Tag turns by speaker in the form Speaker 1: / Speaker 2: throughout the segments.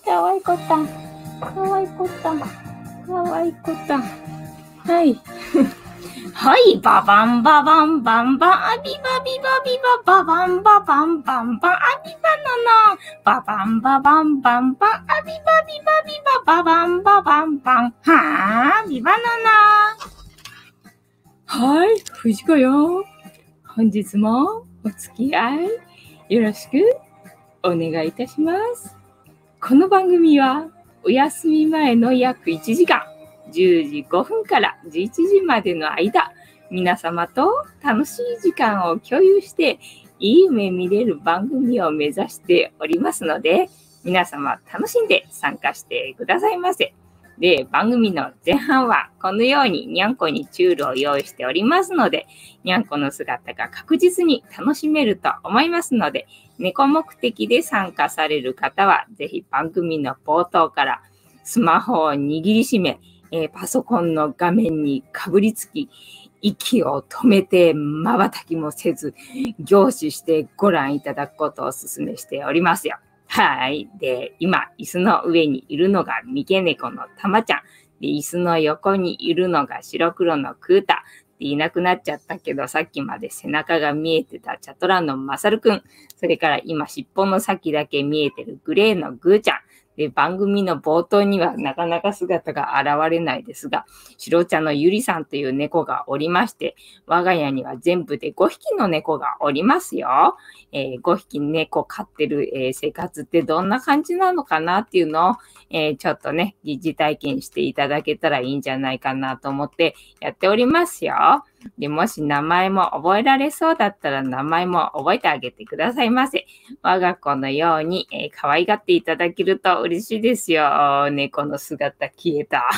Speaker 1: かわいこった。かわいこった。かわいこった。はい。はい、ババンババンバンバン、アビバビバビバ、ババンババンバンバン、アビバナナ、ババンババンバンバン、アビバビバビバ、ババンババンバン、はぁ、ビバナナ。はい、藤子よ。本日もお付き合いよろしくお願いいたします。この番組はお休み前の約1時間、10時5分から11時までの間、皆様と楽しい時間を共有していい夢見れる番組を目指しておりますので、皆様楽しんで参加してくださいませ。で、番組の前半はこのようににゃんこにチュールを用意しておりますので、にゃんこの姿が確実に楽しめると思いますので、猫目的で参加される方は、ぜひ番組の冒頭からスマホを握りしめ、パソコンの画面にかぶりつき、息を止めて瞬きもせず、凝視してご覧いただくことをお勧めしておりますよ。はい。で、今、椅子の上にいるのが三毛猫のたまちゃん。で、椅子の横にいるのが白黒のクータ。で、いなくなっちゃったけど、さっきまで背中が見えてたチャトラのマサルくん。それから今、尻尾の先だけ見えてるグレーのグーちゃん。で、番組の冒頭にはなかなか姿が現れないですが、白茶のゆりさんという猫がおりまして、我が家には全部で5匹の猫がおりますよ。5匹猫飼ってる、生活ってどんな感じなのかなっていうのを、ちょっとね、疑似体験していただけたらいいんじゃないかなと思ってやっておりますよ。で、もし名前も覚えられそうだったら名前も覚えてあげてくださいませ。我が子のように、可愛がっていただけると嬉しいですよ。猫の姿消えた。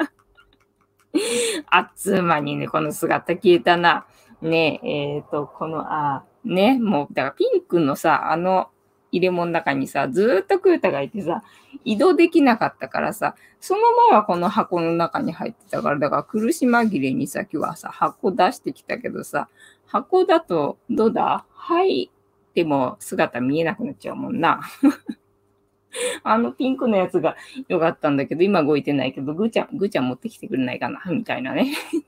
Speaker 1: あっつまに猫の姿消えたな。ねもう、だからピンクのさ、入れ物の中にさ、ずーっとクータがいてさ、移動できなかったからさ、そのままこの箱の中に入ってたから、だから苦し紛れにさ、今日はさ、箱出してきたけどさ、箱だとどうだ？はい。でも姿見えなくなっちゃうもんな。ピンクのやつが良かったんだけど、今動いてないけど、ぐーちゃん持ってきてくれないかなみたいなね。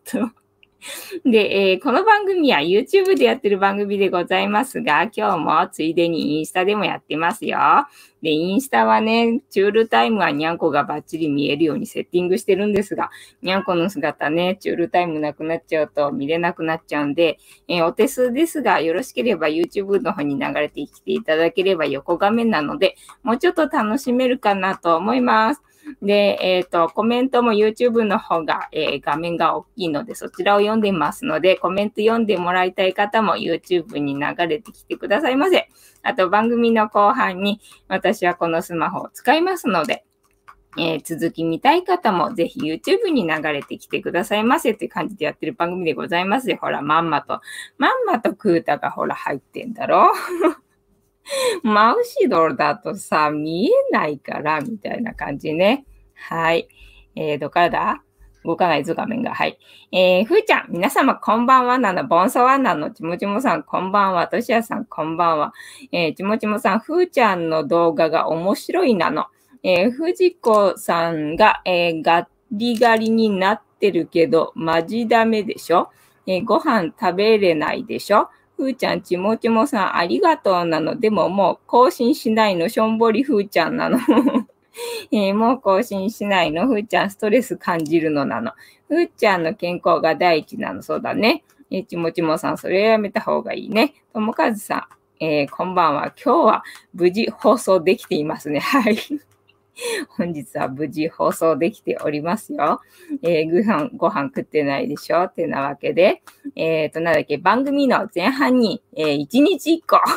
Speaker 1: で、この番組は YouTube でやってる番組でございますが、今日もついでにインスタでもやってますよ。で、インスタはね、チュールタイムはにゃんこがバッチリ見えるようにセッティングしてるんですが、にゃんこの姿ね、チュールタイムなくなっちゃうと見れなくなっちゃうんで、お手数ですが、よろしければ YouTube の方に流れてきていただければ横画面なので、もうちょっと楽しめるかなと思います。で、コメントも YouTube の方が、画面が大きいので、そちらを読んでますので、コメント読んでもらいたい方も YouTube に流れてきてくださいませ。あと、番組の後半に、私はこのスマホを使いますので、続き見たい方もぜひ YouTube に流れてきてくださいませっていう感じでやってる番組でございますよ。ほら、まんまとクータがほら入ってんだろ真後ろだとさ、見えないから、みたいな感じね。はい。どっからだ？動かないぞ、画面が。はい。ふーちゃん、皆様、こんばんはボンソワちもちもさん、こんばんは。としやさん、こんばんは。ちもちもさん、ふーちゃんの動画が面白いなの。ふじこさんが、ガリガリになってるけど、マジダメでしょ？ご飯食べれないでしょ？ふーちゃん、ちもちもさん、ありがとうなの。でももう更新しないの。しょんぼりふーちゃんなの。もう更新しないの。ふーちゃん、ストレス感じるのなの。ふーちゃんの健康が第一なの。そうだね。ちもちもさん、それやめた方がいいね。ともかずさん、こんばんは。今日は無事放送できていますね。はい。本日は無事放送できておりますよ。ご飯食ってないでしょってなわけで、なんだっけ、番組の前半に、1日1個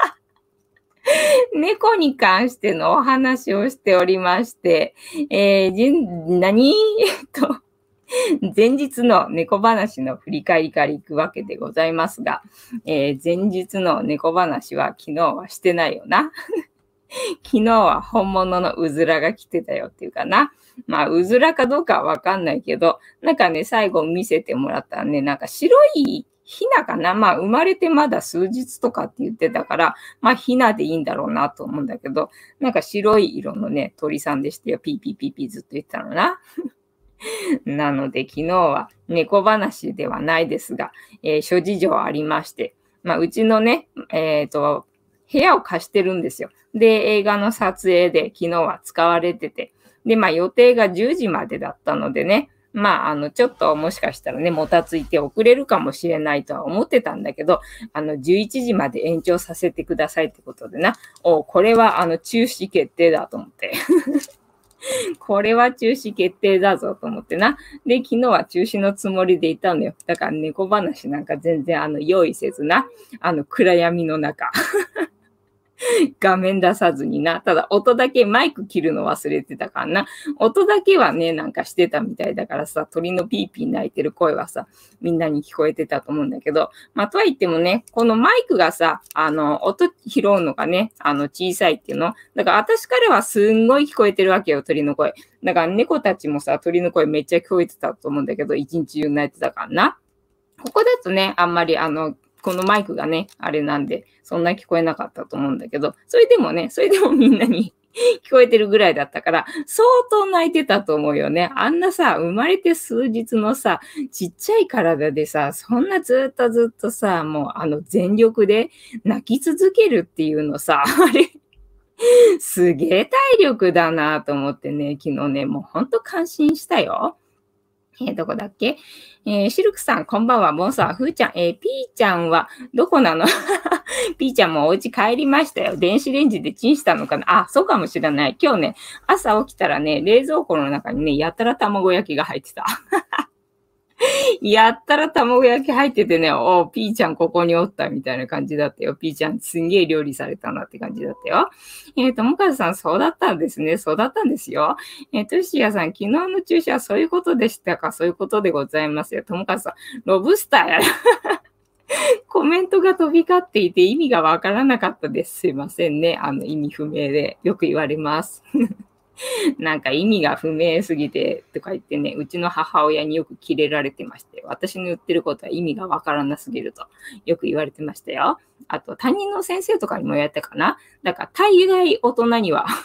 Speaker 1: 猫に関してのお話をしておりまして、前日の猫話の振り返りから行くわけでございますが、前日の猫話は昨日はしてないよな。昨日は本物のうずらが来てたよっていうかな。まあ、うずらかどうかはわかんないけど、なんかね、最後見せてもらったらね、なんか白いヒナかな、まあ生まれてまだ数日とかって言ってたから、まあヒナでいいんだろうなと思うんだけど、なんか白い色のね、鳥さんでしてよ。ピーピーピーピーずっと言ってたのな。なので昨日は猫話ではないですが、諸事情ありまして、まあうちのね、部屋を貸してるんですよ。で、映画の撮影で昨日は使われてて、で、まあ予定が10時までだったのでね、まあ、ちょっともしかしたらね、もたついて遅れるかもしれないとは思ってたんだけど、11時まで延長させてくださいってことでな、これは、中止決定だと思って。これは中止決定だぞと思ってな。で、昨日は中止のつもりでいたのよ。だから猫話なんか全然用意せずな、暗闇の中。画面出さずにな。ただ音だけマイク切るの忘れてたからな。音だけはね、なんかしてたみたいだからさ、鳥のピーピー鳴いてる声はさ、みんなに聞こえてたと思うんだけど、まあ、とは言ってもね、このマイクがさ、音拾うのがね、小さいっていうの。だから私からはすんごい聞こえてるわけよ、鳥の声。だから猫たちもさ、鳥の声めっちゃ聞こえてたと思うんだけど、一日中鳴いてたからな。ここだとね、あんまりこのマイクがね、あれなんで、そんな聞こえなかったと思うんだけど、それでもみんなに聞こえてるぐらいだったから、相当泣いてたと思うよね。あんなさ、生まれて数日のさ、ちっちゃい体でさ、そんなずっとさ、もう全力で泣き続けるっていうのさ、あれ、すげえ体力だなと思ってね、昨日ね、もうほんと感心したよ。どこだっけシルクさん、こんばんは。ボンサー、フーちゃん。ピーちゃんはどこなのピーちゃんもお家帰りましたよ。電子レンジでチンしたのかなあ、そうかもしれない。今日ね、朝起きたらね、冷蔵庫の中にね、やたら卵焼きが入ってた。やったら卵焼き入っててね、ピーちゃんここにおったみたいな感じだったよ。ピーちゃんすんげえ料理されたなって感じだったよ。もかずさん、そうだったんですね。そうだったんですよ。トシヤさん、昨日の注射はそういうことでしたか？そういうことでございますよ。ともかずさん、ロブスターや。コメントが飛び交っていて意味がわからなかったです。すいませんね。意味不明でよく言われます。なんか意味が不明すぎてとか言ってね、うちの母親によくキレられてまして、私の言ってることは意味がわからなすぎるとよく言われてましたよ。あと担任の先生とかにもやったかな。だから大概大人には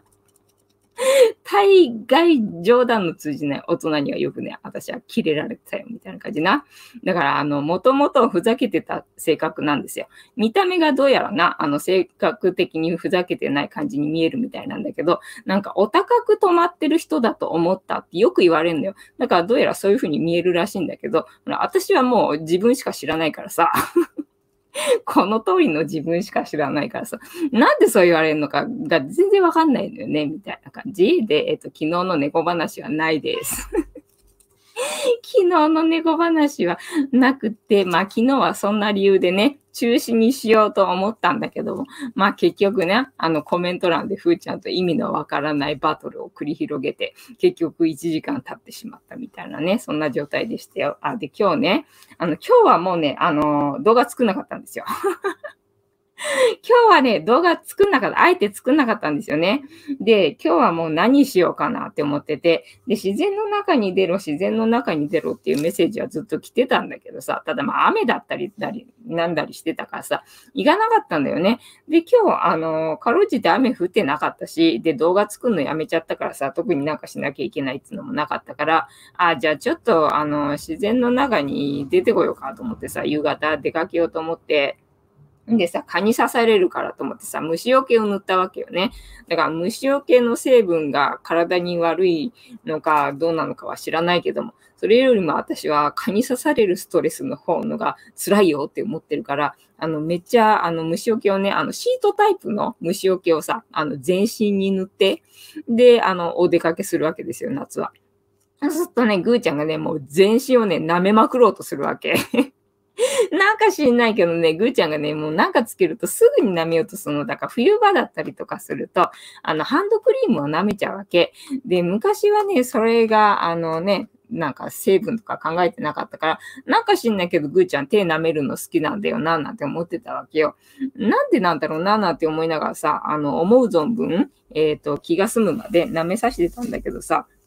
Speaker 1: 大概冗談の通じない大人にはよくね、私はキレられてたよみたいな感じな。だからもともとふざけてた性格なんですよ。見た目がどうやらな、性格的にふざけてない感じに見えるみたいなんだけど、なんかお高く止まってる人だと思ったってよく言われるんだよ。だからどうやらそういう風に見えるらしいんだけど、私はもう自分しか知らないからさ。この通りの自分しか知らないからさ、なんでそう言われるのかが全然わかんないのよね、みたいな感じで、昨日の猫話はないです。昨日の猫話はなくて、まあ昨日はそんな理由でね、中止にしようと思ったんだけども、まあ結局ね、コメント欄でふーちゃんと意味のわからないバトルを繰り広げて、結局1時間経ってしまったみたいなね、そんな状態でしたよ。で、今日ね、今日はもうね、動画作んなかったんですよ。今日はね、動画作んなかった。あえて作んなかったんですよね。で、今日はもう何しようかなって思ってて、で、自然の中に出ろっていうメッセージはずっと来てたんだけどさ、ただまあ雨だったりなんだりしてたからさ、行かなかったんだよね。で、今日、かろうじて雨降ってなかったし、で、動画作るのやめちゃったからさ、特になんかしなきゃいけないっていうのもなかったから、じゃあちょっと、自然の中に出てこようかと思ってさ、夕方出かけようと思って、でさ、蚊に刺されるからと思ってさ、虫除けを塗ったわけよね。だから虫除けの成分が体に悪いのかどうなのかは知らないけども、それよりも私は蚊に刺されるストレスの方のが辛いよって思ってるから、めっちゃ虫除けをね、シートタイプの虫除けをさ、全身に塗って、で、お出かけするわけですよ、夏は。そうするとね、ぐーちゃんがね、もう全身をね、舐めまくろうとするわけ。なんか知んないけどね、ぐーちゃんがね、もうなんかつけるとすぐに舐めようとするの。だから冬場だったりとかすると、ハンドクリームを舐めちゃうわけ。で、昔はね、それが、なんか成分とか考えてなかったから、なんか知んないけど、ぐーちゃん手舐めるの好きなんだよな、なんて思ってたわけよ。なんでなんだろうな、なんて思いながらさ、思う存分、気が済むまで舐めさせてたんだけどさ、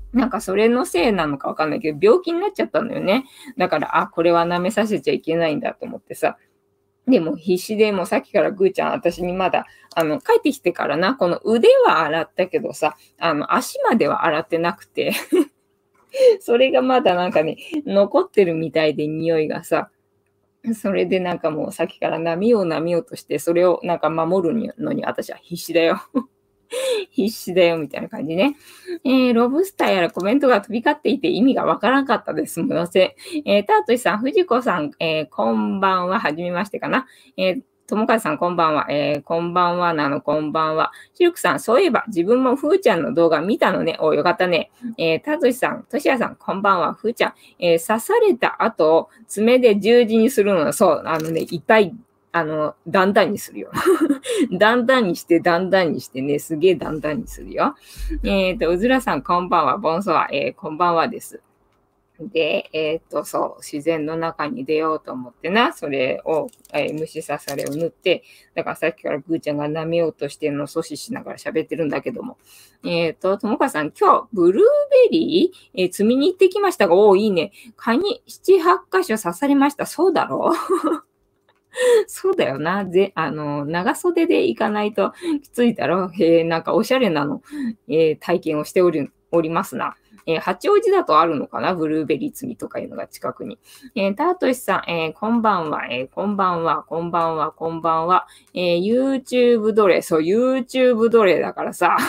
Speaker 1: なんかそれのせいなのかわかんないけど、病気になっちゃったのよね。だから、これは舐めさせちゃいけないんだと思ってさ。でも必死でもうさっきからぐーちゃん、私にまだ、帰ってきてからな、この腕は洗ったけどさ、足までは洗ってなくて、それがまだなんかね、残ってるみたいで匂いがさ、それでなんかもうさっきから舐めようとして、それをなんか守るのに私は必死だよ。必死だよ、みたいな感じね。ロブスターやらコメントが飛び交っていて意味がわからなかったです。すみません。タートシさん、藤子さん、こんばんは。はじめましてかな。ともかずさん、こんばんは。こんばんはこんばんは。シルクさん、そういえば、自分もふーちゃんの動画見たのね。よかったね。タートシさん、としやさん、こんばんは。ふーちゃん、刺された後、爪で十字にするの、そう、いっぱい、だんだんにするよ。だんだんにして、だんだんにしてね、すげえだんだんにするよ。うずらさん、こんばんは、ボンソワ、こんばんはです。で、そう、自然の中に出ようと思ってな、それを、虫刺されを塗って、だからさっきからぐーちゃんが舐めようとしてるのを阻止しながら喋ってるんだけども。ともかさん、今日、ブルーベリー、摘みに行ってきましたが、いいね。蚊に7、8箇所刺されました。そうだろうそうだよな。長袖で行かないときついだろ。なんかおしゃれなの、体験をしておりますな。八王子だとあるのかなブルーベリー摘みとかいうのが近くに。タートシさん、こんばんは、こんばんは、こんばんは、こんばんは。YouTube 奴隷、そう、YouTube 奴隷だからさ。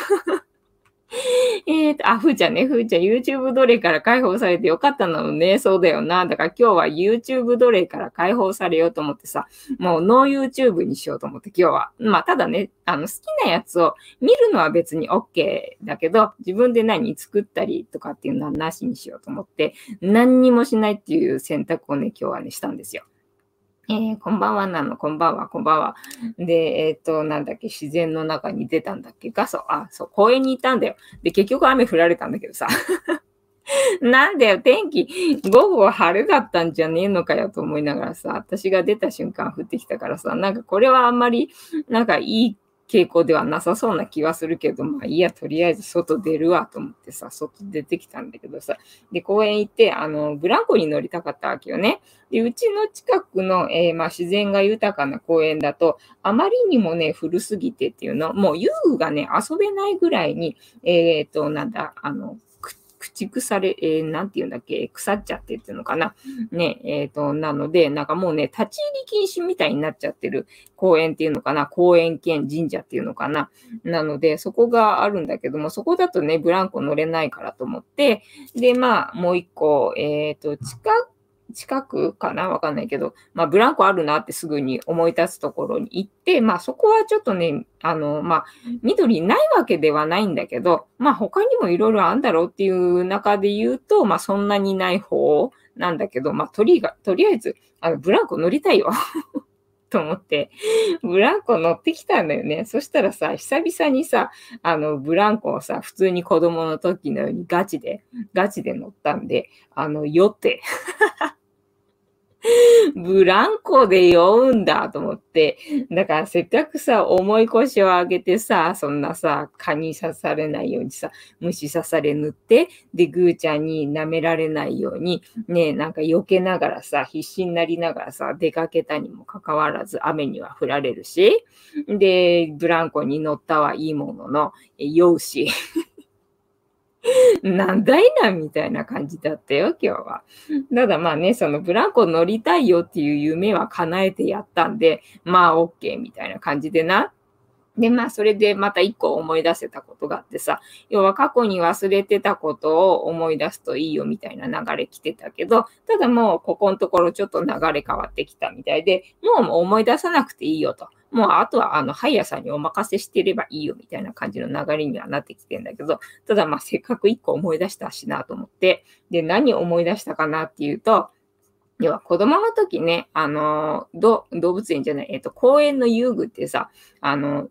Speaker 1: ふーちゃんね、ふーちゃん YouTube 奴隷から解放されてよかったのね。そうだよな。だから今日は YouTube 奴隷から解放されようと思ってさ、もうノー YouTube にしようと思って今日は。まあ、ただね、好きなやつを見るのは別に OK だけど、自分で作ったりとかっていうのはなしにしようと思って、何にもしないっていう選択をね、今日はね、したんですよ。こんばんはこんばんは、こんばんは。で、なんだっけ、自然の中に出たんだっけか、そう、公園に行ったんだよ。で、結局雨降られたんだけどさ。なんだよ、天気、午後は晴れだったんじゃねえのかよと思いながらさ、私が出た瞬間降ってきたからさ、なんかこれはあんまり、なんかいい傾向ではなさそうな気はするけど、まあいいや、とりあえず外出るわと思ってさ、外出てきたんだけどさ、で、公園行って、ブランコに乗りたかったわけよね。で、うちの近くの、まあ自然が豊かな公園だと、あまりにもね、古すぎてっていうの、もう遊具がね、遊べないぐらいに、なんだ、駆逐され、なんて言うんだっけ、腐っちゃってっていうのかな。ね、なので、なんかもうね、立ち入り禁止みたいになっちゃってる公園っていうのかな、公園兼神社っていうのかな。なので、そこがあるんだけども、そこだとね、ブランコ乗れないからと思って、で、まあ、もう一個、近くかなわかんないけど、まあ、ブランコあるなってすぐに思い立つところに行って、まあ、そこはちょっとね、まあ、緑ないわけではないんだけど、まあ、他にもいろいろあるんだろうっていう中で言うと、まあ、そんなにない方なんだけど、まあ、とりあえず、ブランコ乗りたいよ。と思って、ブランコ乗ってきたんだよね。そしたらさ、久々にさ、ブランコをさ、普通に子供の時のようにガチで乗ったんで、酔って、ブランコで酔うんだと思って。だからせっかくさ、重い腰を上げてさ、そんなさ、蚊に刺されないようにさ、虫刺され塗って、で、ぐーちゃんに舐められないように、ね、なんか避けながらさ、必死になりながらさ、出かけたにもかかわらず雨には降られるし、で、ブランコに乗ったはいいものの、酔うし、なんだいなみたいな感じだったよ、今日は。ただまあね、そのブランコ乗りたいよっていう夢は叶えてやったんで、まあ OK みたいな感じでな。で、まあ、それでまた一個思い出せたことがあってさ、要は過去に忘れてたことを思い出すといいよみたいな流れ来てたけど、ただもうここのところちょっと流れ変わってきたみたいで、もう思い出さなくていいよと。もうあとはハイヤーさんにお任せしてればいいよみたいな感じの流れにはなってきてんだけど、ただまあせっかく一個思い出したしなと思って、で、何を思い出したかなっていうと、要は子供の時ね、動物園じゃない、公園の遊具ってさ、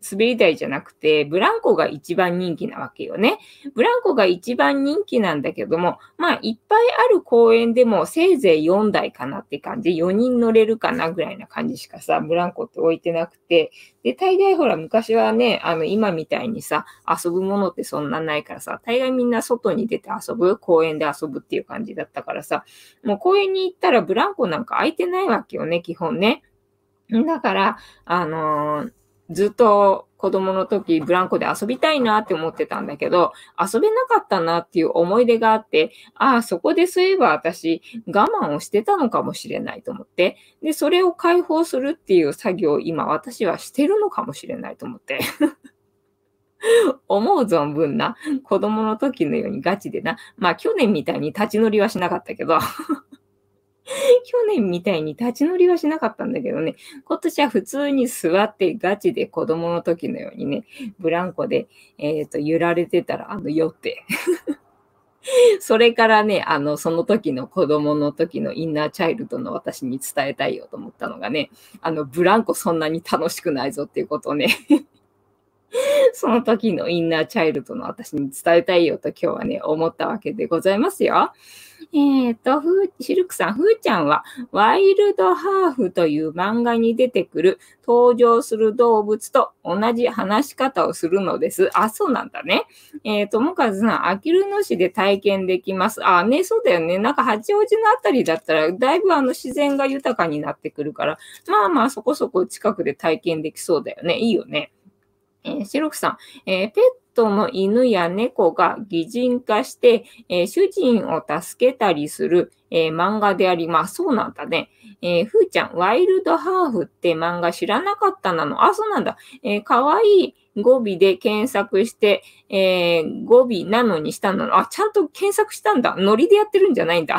Speaker 1: 滑り台じゃなくて、ブランコが一番人気なわけよね。ブランコが一番人気なんだけども、まあ、いっぱいある公園でもせいぜい4台かなって感じ、4人乗れるかなぐらいな感じしかさ、ブランコって置いてなくて、で、大概ほら、昔はね、今みたいにさ、遊ぶものってそんなないからさ、大概みんな外に出て遊ぶ、公園で遊ぶっていう感じだったからさ、もう公園に行ったらブランコなんか空いてないわけよね、基本ね。だから、ずっと子供の時ブランコで遊びたいなって思ってたんだけど、遊べなかったなっていう思い出があって、ああ、そこでそういえば私我慢をしてたのかもしれないと思って、で、それを解放するっていう作業を今私はしてるのかもしれないと思って。思う存分な、子供の時のようにガチでな、まあ去年みたいに立ち乗りはしなかったけど、去年みたいに立ち乗りはしなかったんだけどね、今年は普通に座ってガチで子供の時のようにね、ブランコで、揺られてたら、酔って。それからね、その時の子供の時のインナーチャイルドの私に伝えたいよと思ったのがね、ブランコそんなに楽しくないぞっていうことをね、その時のインナーチャイルドの私に伝えたいよと今日はね、思ったわけでございますよ。シルクさん、ふーちゃんは、ワイルドハーフという漫画に出てくる登場する動物と同じ話し方をするのです。あ、そうなんだね。ともかずさん、あきる野市で体験できます。あ、ね、そうだよね。なんか八王子のあたりだったら、だいぶ自然が豊かになってくるから、まあまあそこそこ近くで体験できそうだよね。いいよね。シロクさん、ペットの犬や猫が擬人化して、主人を助けたりする、漫画であります。そうなんだね。ふーちゃん、ワイルドハーフって漫画知らなかったなの。あ、そうなんだ。かわいい語尾で検索して、語尾なのにしたの。あ、ちゃんと検索したんだ。ノリでやってるんじゃないんだ。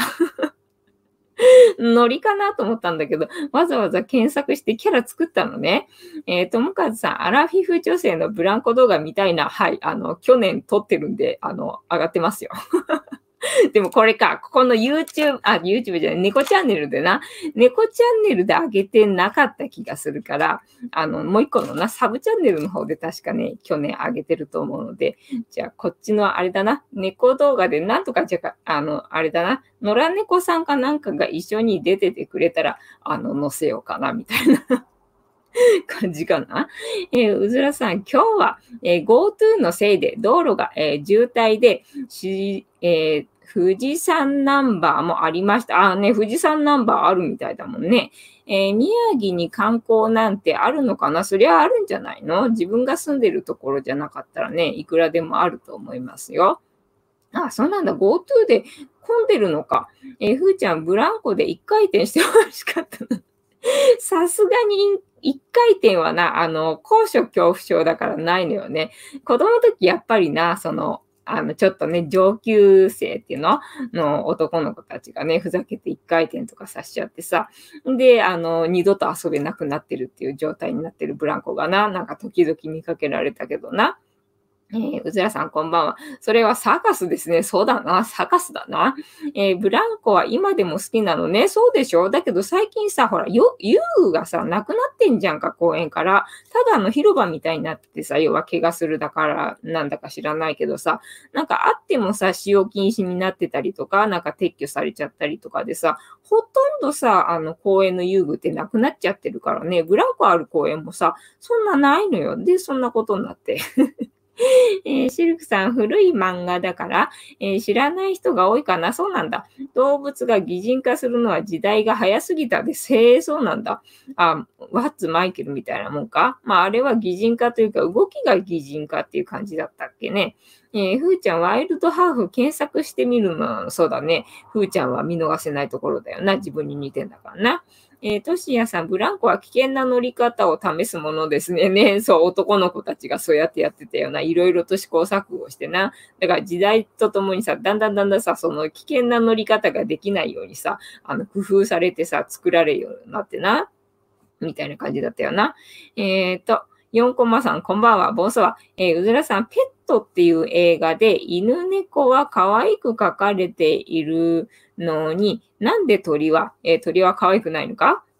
Speaker 1: ノリかなと思ったんだけど、わざわざ検索してキャラ作ったのね。ともかずさん、アラフィフ女性のブランコ動画見たいな。はい。去年撮ってるんで、上がってますよ。でもこれか、ここの YouTube じゃない、猫チャンネルでな、猫チャンネルで上げてなかった気がするから、もう一個のな、サブチャンネルの方で確かね、去年上げてると思うので、じゃあこっちのあれだな、猫動画でなんとかじゃあ、あれだな、野良猫さんかなんかが一緒に出ててくれたら、載せようかな、みたいな。感じかな。うずらさん、今日は、GoTo のせいで道路が、渋滞で富士山ナンバーもありました。あね、富士山ナンバーあるみたいだもんね。宮城に観光なんてあるのかな？そりゃあるんじゃないの？自分が住んでるところじゃなかったらね、いくらでもあると思いますよ。あ、そうなんだ。GoTo で混んでるのか。ふーちゃん、ブランコで一回転してほしかったな。さすがに一回転はな、高所恐怖症だからないのよね。子供の時やっぱりな、ちょっとね、上級生っていうの男の子たちがね、ふざけて一回転とかさしちゃってさ、で、二度と遊べなくなってるっていう状態になってるブランコがな、なんか時々見かけられたけどな。うずらさんこんばんは。それはサーカスですね。そうだな。サーカスだな。ブランコは今でも好きなのね。そうでしょ？だけど最近さ、ほら、遊具がさ、なくなってんじゃんか、公園から。ただ広場みたいになっててさ、要は怪我するだからなんだか知らないけどさ、なんかあってもさ、使用禁止になってたりとか、なんか撤去されちゃったりとかでさ、ほとんどさ、公園の遊具ってなくなっちゃってるからね、ブランコある公園もさ、そんなないのよ。で、そんなことになって。シルクさん、古い漫画だから、知らない人が多いかな。そうなんだ。動物が擬人化するのは時代が早すぎたです。そうなんだ。ワッツ・マイケルみたいなもんか。まあ、あれは擬人化というか、動きが擬人化っていう感じだったっけね。ふーちゃん、ワイルドハーフ検索してみるの、そうだね。ふーちゃんは見逃せないところだよな。自分に似てんだからな。トシヤさん、ブランコは危険な乗り方を試すものですね。ね、そう、男の子たちがそうやってやってたよな。いろいろと試行錯誤してな。だから時代とともにさ、だんだんさ、その危険な乗り方ができないようにさ、工夫されてさ、作られるようになってな。みたいな感じだったよな。4コマさん、こんばんは、ボンソワ。うずらさん、ペットっていう映画で犬猫は可愛く描かれているのに、なんで鳥は可愛くないのか？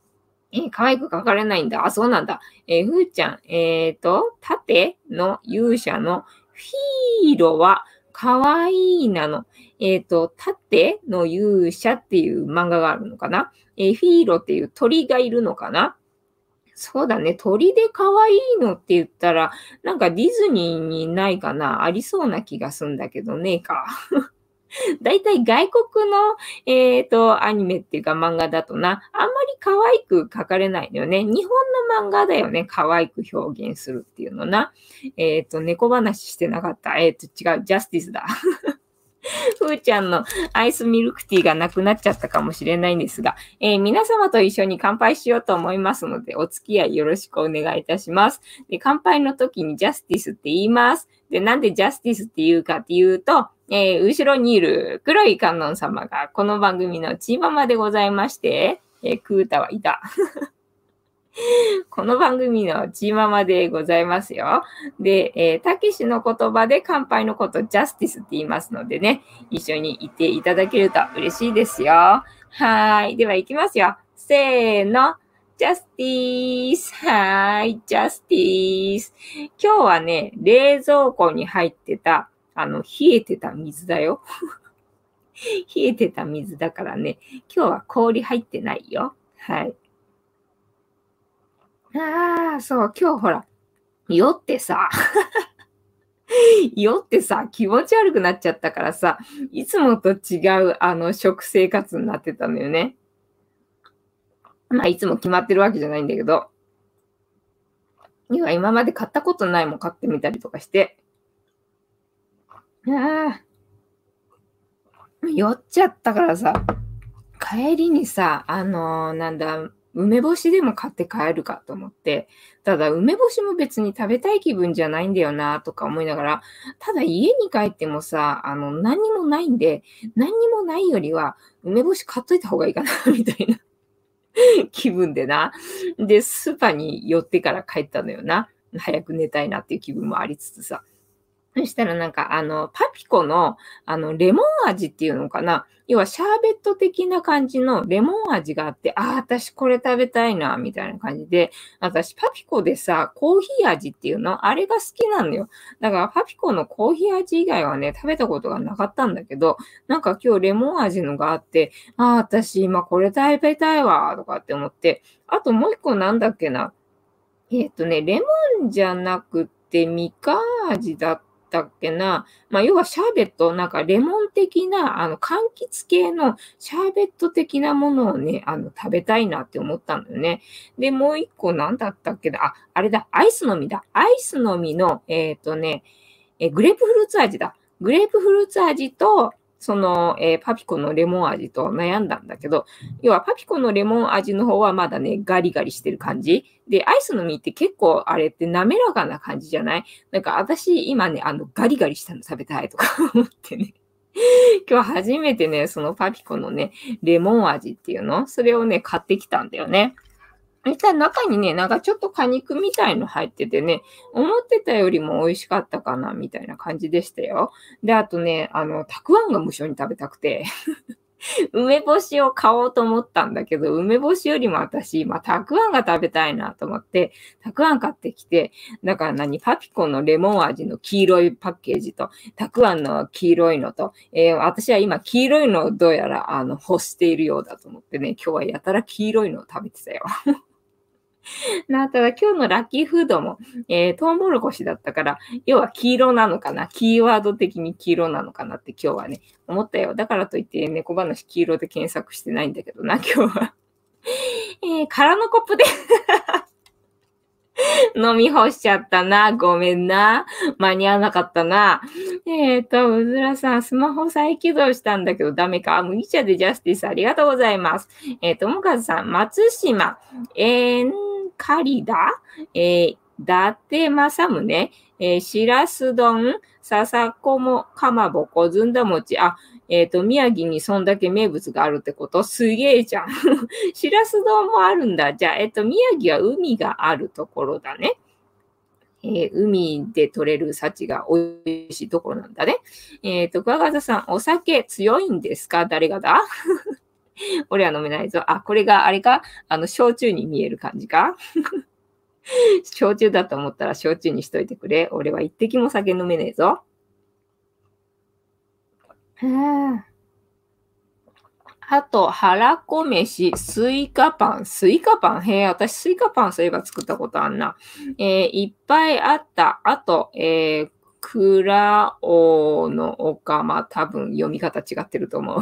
Speaker 1: 可愛く描かれないんだ。あ、そうなんだ。ふーちゃん、盾の勇者のフィーロは可愛いなの。盾の勇者っていう漫画があるのかな。フィーロっていう鳥がいるのかな。そうだね。鳥で可愛いのって言ったら、なんかディズニーにないかな。ありそうな気がすんだけどねえか。だいたい外国の、アニメっていうか漫画だとな、あんまり可愛く描かれないのよね。日本の漫画だよね。可愛く表現するっていうのな。猫話してなかった。違う。ジャスティスだ。ふーちゃんのアイスミルクティーがなくなっちゃったかもしれないんですが、皆様と一緒に乾杯しようと思いますので、お付き合いよろしくお願いいたします。で、乾杯の時にジャスティスって言います。で、なんでジャスティスって言うかっていうと、後ろにいる黒い観音様がこの番組のチーママでございまして、クータはいた。この番組のチーママでございますよ。で、たけしの言葉で乾杯のことジャスティスって言いますのでね、一緒に言っていただけると嬉しいですよ。はい。では行きますよ。せーの。ジャスティス。はい。ジャスティス。今日はね、冷蔵庫に入ってた、冷えてた水だよ。冷えてた水だからね、今日は氷入ってないよ。はい。そう、今日ほら、酔ってさ、酔ってさ、気持ち悪くなっちゃったからさ、いつもと違う、食生活になってたのよね。まあ、いつも決まってるわけじゃないんだけど、今まで買ったことないもん買ってみたりとかして、酔っちゃったからさ、帰りにさ、梅干しでも買って帰るかと思って、ただ梅干しも別に食べたい気分じゃないんだよなとか思いながら、ただ家に帰ってもさ、何にもないんで、何にもないよりは梅干し買っといた方がいいかなみたいな気分でな。で、スーパーに寄ってから帰ったのよな。早く寝たいなっていう気分もありつつさ。そしたらなんか、パピコの、レモン味っていうのかな。要はシャーベット的な感じのレモン味があって、私これ食べたいな、みたいな感じで、私パピコでさ、コーヒー味っていうのあれが好きなのよ。だからパピコのコーヒー味以外はね、食べたことがなかったんだけど、なんか今日レモン味のがあって、私今これ食べたいわ、とかって思って、あともう一個なんだっけな。レモンじゃなくってみかん味だったっけな。まあ、要はシャーベット、なんかレモン的な、柑橘系のシャーベット的なものをね、食べたいなって思ったんだよね。で、もう一個なんだったっけな。あれだ、アイスの実だ。アイスの実の、グレープフルーツ味だ。グレープフルーツ味と、パピコのレモン味と悩んだんだけど、要はパピコのレモン味の方はまだね、ガリガリしてる感じ。で、アイスの実って結構あれって滑らかな感じじゃない？なんか私今ね、ガリガリしたの食べたいとか思ってね。今日初めてね、そのパピコのね、レモン味っていうのそれをね、買ってきたんだよね。そしたら中にね、なんかちょっと果肉みたいの入っててね、思ってたよりも美味しかったかな、みたいな感じでしたよ。で、あとね、たくあんが無性に食べたくて、梅干しを買おうと思ったんだけど、梅干しよりも私、今、たくあんが食べたいなと思って、たくあん買ってきて、だからパピコのレモン味の黄色いパッケージと、たくあんの黄色いのと、私は今、黄色いのをどうやら、欲しているようだと思ってね、今日はやたら黄色いのを食べてたよ。ただ今日のラッキーフードも、トウモロコシだったから、要は黄色なのかな、キーワード的に黄色なのかなって今日はね、思ったよ。だからといって猫話黄色で検索してないんだけどな、今日は。空のコップで飲み干しちゃったな。ごめんな。間に合わなかったな。うずらさん、スマホ再起動したんだけどダメか。麦茶でジャスティスありがとうございます。もかずさん、松島、カリダ、伊達政宗、しらす丼、笹子もかまぼこ、ずんだ餅、宮城にそんだけ名物があるってことすげえじゃん。しらす丼もあるんだ。じゃあ、宮城は海があるところだね。海で取れる幸が美味しいところなんだね。クワガタさん、お酒強いんですか誰がだ俺は飲めないぞ。あ、これがあれか焼酎に見える感じか焼酎だと思ったら焼酎にしといてくれ。俺は一滴も酒飲めねえぞ。あと、腹こ飯、スイカパン。スイカパンへえ、私スイカパンそういえば作ったことあんな。いっぱいあった。あと、クラオのオカマ、多分読み方違ってると思う。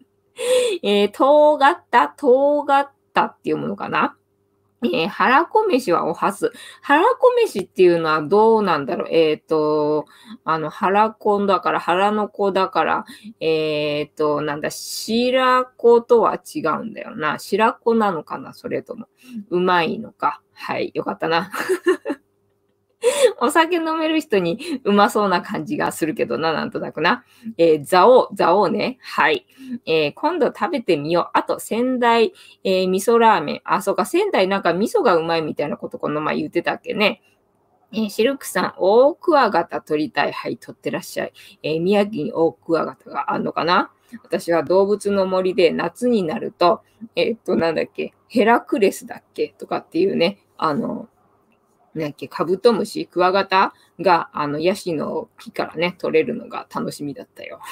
Speaker 1: とうがったっていうものかな。腹こ飯はおはず。腹こ飯っていうのはどうなんだろう。腹こんだから、腹の子だから、なんだ、白子とは違うんだよな。白子なのかなそれとも。うまいのか。はい、よかったな。お酒飲める人にうまそうな感じがするけどな、なんとなくな。ザオね。はい。今度食べてみよう。あと、仙台、味噌ラーメン。あ、そうか、仙台なんか味噌がうまいみたいなことこの前言ってたっけね。シルクさん、大クワガタ取りたい。はい、取ってらっしゃい。宮城に大クワガタがあるのかな。私は動物の森で夏になると、なんだっけ、ヘラクレスだっけとかっていうね、カブトムシ、クワガタが、ヤシの木からね、取れるのが楽しみだったよ。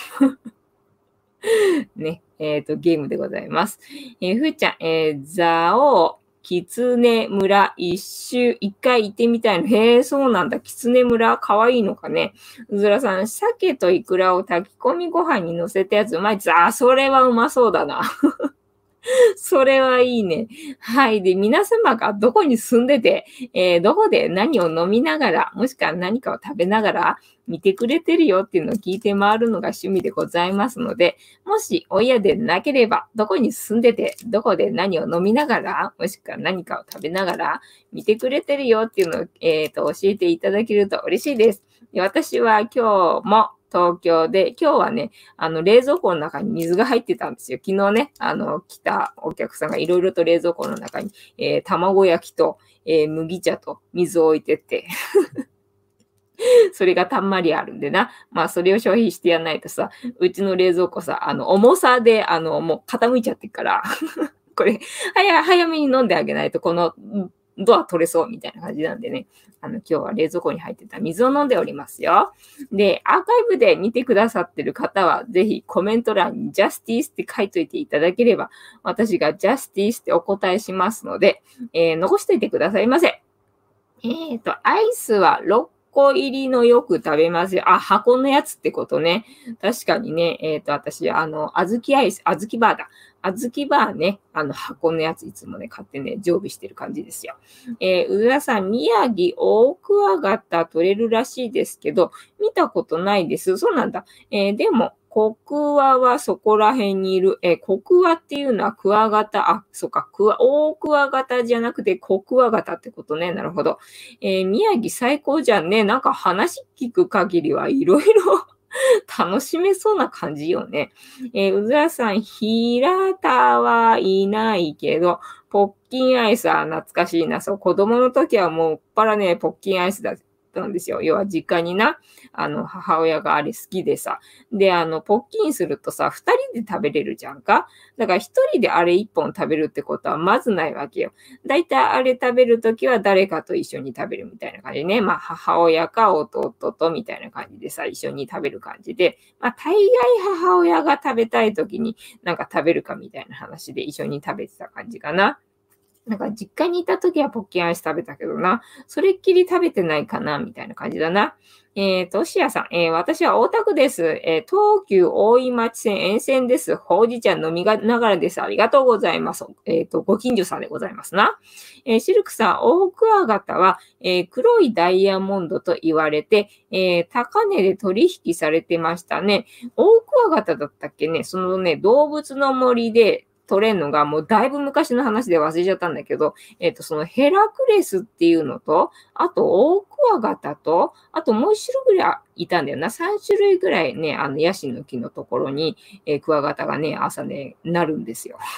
Speaker 1: ね、ゲームでございます。ふーちゃん、ザオ、キツネ村、一回行ってみたいの。へえ、そうなんだ。キツネ村、かわいいのかね。うずらさん、鮭とイクラを炊き込みご飯に乗せたやつうまい。それはうまそうだな。それはいいね。はい。で、皆様がどこに住んでて、どこで何を飲みながら、もしくは何かを食べながら見てくれてるよっていうのを聞いて回るのが趣味でございますので、もし親でなければ、どこに住んでて、どこで何を飲みながら、もしくは何かを食べながら見てくれてるよっていうのを、教えていただけると嬉しいです。で、私は今日も東京で、今日はね、冷蔵庫の中に水が入ってたんですよ。昨日ね、来たお客さんがいろいろと冷蔵庫の中に、卵焼きと、麦茶と水を置いてって、それがたんまりあるんでな。まあ、それを消費してやんないとさ、うちの冷蔵庫さ、重さで、もう傾いちゃってるから、これ、早めに飲んであげないと、この、ドア取れそうみたいな感じなんでね。今日は冷蔵庫に入ってた水を飲んでおりますよ。で、アーカイブで見てくださってる方は、ぜひコメント欄にジャスティースって書いといていただければ、私がジャスティースってお答えしますので、残しといてくださいませ。アイスは6個入りのよく食べますよ。あ、箱のやつってことね。確かにね、私、小豆アイス、小豆バーだ。小豆バーね、箱のやついつもね、買ってね、常備してる感じですよ。うずらさん、宮城大クワガタ取れるらしいですけど、見たことないです。そうなんだ。でも、コクワはそこら辺にいる。コクワっていうのはクワガタ。あ、そうか、大クワガタじゃなくてコクワガタってことね。なるほど。宮城最高じゃんね。なんか話聞く限りはいろいろ楽しめそうな感じよね。うずらさん、平田はいないけど、ポッキンアイスは懐かしいな。そう、子供の時はもうっぱらね、ポッキンアイスだったんですよ。要は実家にな、母親があれ好きでさ。で、ポッキンするとさ、二人で食べれるじゃんか。だから一人であれ一本食べるってことはまずないわけよ。だいたいあれ食べるときは誰かと一緒に食べるみたいな感じね。まあ、母親か弟とみたいな感じでさ、一緒に食べる感じで、まあ、大概母親が食べたいときになんか食べるかみたいな話で一緒に食べてた感じかな。なんか実家にいた時はポッキンアイス食べたけどな。それっきり食べてないかなみたいな感じだな。シアさん、私は大田区です。東急大井町線沿線です。ほうじ茶飲みながらです。ありがとうございます。ご近所さんでございますな。シルクさん、大クワガタは、黒いダイヤモンドと言われて、高値で取引されてましたね。大クワガタだったっけね。そのね、動物の森で、取れんのがもうだいぶ昔の話で忘れちゃったんだけど、そのヘラクレスっていうのと、あとオオクワガタと、あともう一種類ぐらいいたんだよな。3種類ぐらいね、ヤシの木のところに、クワガタがね、朝ね、なるんですよ。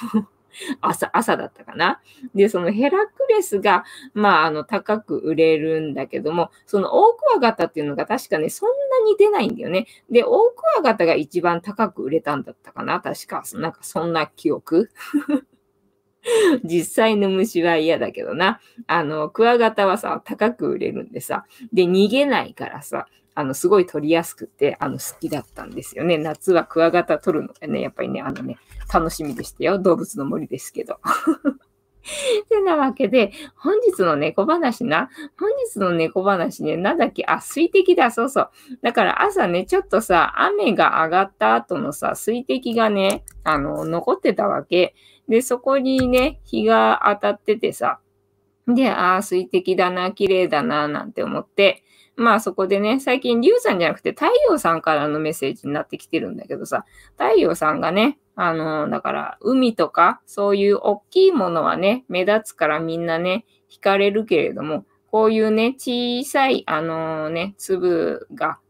Speaker 1: 朝だったかな。で、そのヘラクレスが、高く売れるんだけども、そのオオクワガタっていうのが確かね、そんなに出ないんだよね。で、オオクワガタが一番高く売れたんだったかな、確か。なんかそんな記憶。実際の虫は嫌だけどな。クワガタはさ、高く売れるんでさ、で、逃げないからさ、すごい取りやすくて、好きだったんですよね。夏はクワガタ取るのがね、やっぱりね、楽しみでしたよ。動物の森ですけど。てなわけで、本日の猫話な。本日の猫話ね、なんだっけ、水滴だ、そうそう。だから朝ね、ちょっとさ、雨が上がった後のさ、水滴がね、残ってたわけ。で、そこにね、日が当たっててさ、で、水滴だな、綺麗だな、なんて思って、そこでね、最近、リュウさんじゃなくて太陽さんからのメッセージになってきてるんだけどさ、太陽さんがね、だから、海とか、そういう大きいものはね、目立つからみんなね、惹かれるけれども、こういうね、小さい、粒が、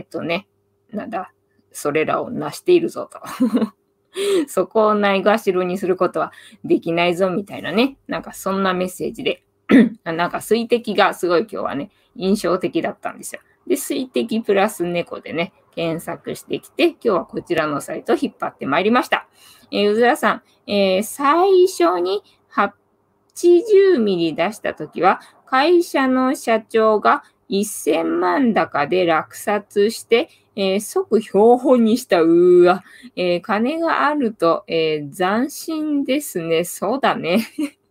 Speaker 1: それらを成しているぞと。そこをないがしろにすることはできないぞ、みたいなね。なんかそんなメッセージで、なんか水滴がすごい今日はね、印象的だったんですよ。で、水滴プラス猫でね、検索してきて、今日はこちらのサイトを引っ張ってまいりました。うずらさん、最初に80ミリ出したときは、会社の社長が1000万高で落札して、即標本にした。金があると、斬新ですね。そうだね。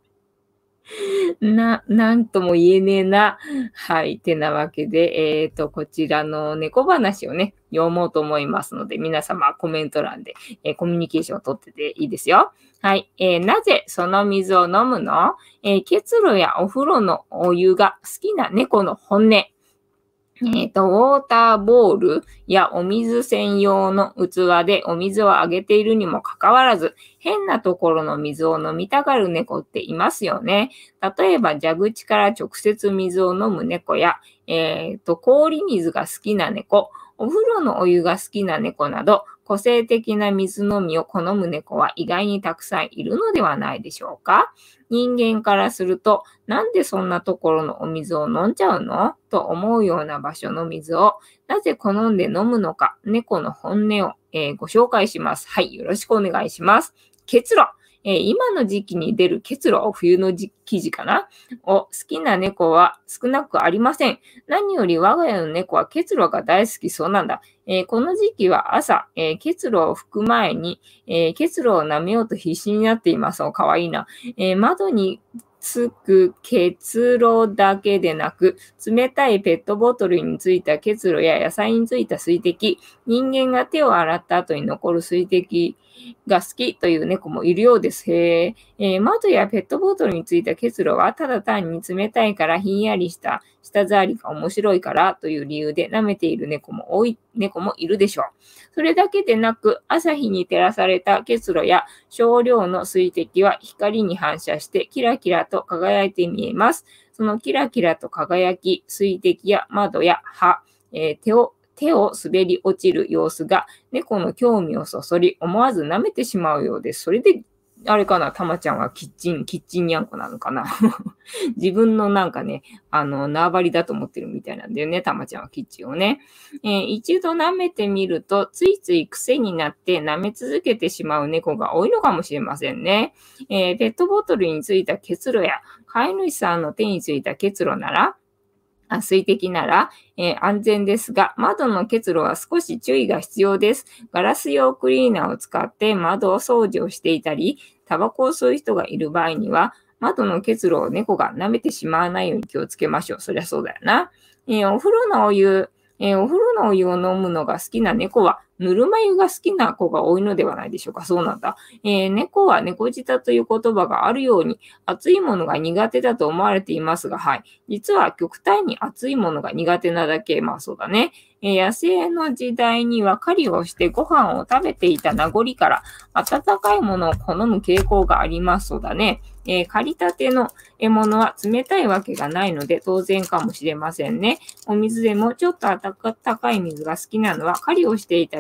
Speaker 1: なんとも言えねえな。はい。てなわけで、こちらの猫話をね、読もうと思いますので、皆様コメント欄で、コミュニケーションを取ってていいですよ。はい。なぜその水を飲むの？結露やお風呂のお湯が好きな猫の本音。ウォーターボールやお水専用の器でお水をあげているにもかかわらず、変なところの水を飲みたがる猫っていますよね。例えば、蛇口から直接水を飲む猫や、氷水が好きな猫、お風呂のお湯が好きな猫など、個性的な水飲みを好む猫は意外にたくさんいるのではないでしょうか。人間からすると、なんでそんなところのお水を飲んじゃうのと思うような場所の水を、なぜ好んで飲むのか、猫の本音を、ご紹介します。はい、よろしくお願いします。結露。今の時期に出る結露、冬の記事かなを好きな猫は少なくありません。何より我が家の猫は結露が大好きそうなんだ。この時期は朝、結露を拭く前に、結露を舐めようと必死になっています。かわいいな。窓につく結露だけでなく、冷たいペットボトルについた結露や野菜についた水滴、人間が手を洗った後に残る水滴が好きという猫もいるようです。窓やペットボトルについた結露はただ単に冷たいからひんやりした舌触りが面白いからという理由で舐めている猫もいるでしょう。それだけでなく、朝日に照らされた結露や少量の水滴は光に反射してキラキラと輝いて見えます。そのキラキラと輝き、水滴や窓や葉、手を滑り落ちる様子が猫の興味をそそり、思わず舐めてしまうようです。それで、あれかな、たまちゃんはキッチンにゃんこなのかな。自分のなんかね、縄張りだと思ってるみたいなんだよね、たまちゃんはキッチンをね。一度舐めてみると、ついつい癖になって舐め続けてしまう猫が多いのかもしれませんね。ペットボトルについた結露や、飼い主さんの手についた結露なら、水滴なら、安全ですが、窓の結露は少し注意が必要です。ガラス用クリーナーを使って窓を掃除をしていたり、タバコを吸う人がいる場合には、窓の結露を猫が舐めてしまわないように気をつけましょう。そりゃそうだよな。お風呂のお湯を飲むのが好きな猫は、ぬるま湯が好きな子が多いのではないでしょうか。そうなんだ。猫は猫舌という言葉があるように、熱いものが苦手だと思われていますが、はい。実は極端に熱いものが苦手なだけ、そうだね。野生の時代には狩りをしてご飯を食べていた名残から、温かいものを好む傾向があります。そうだね。借りたての獲物は冷たいわけがないので当然かもしれませんね。お水でもちょっと温かい水が好きなのは狩りをしていた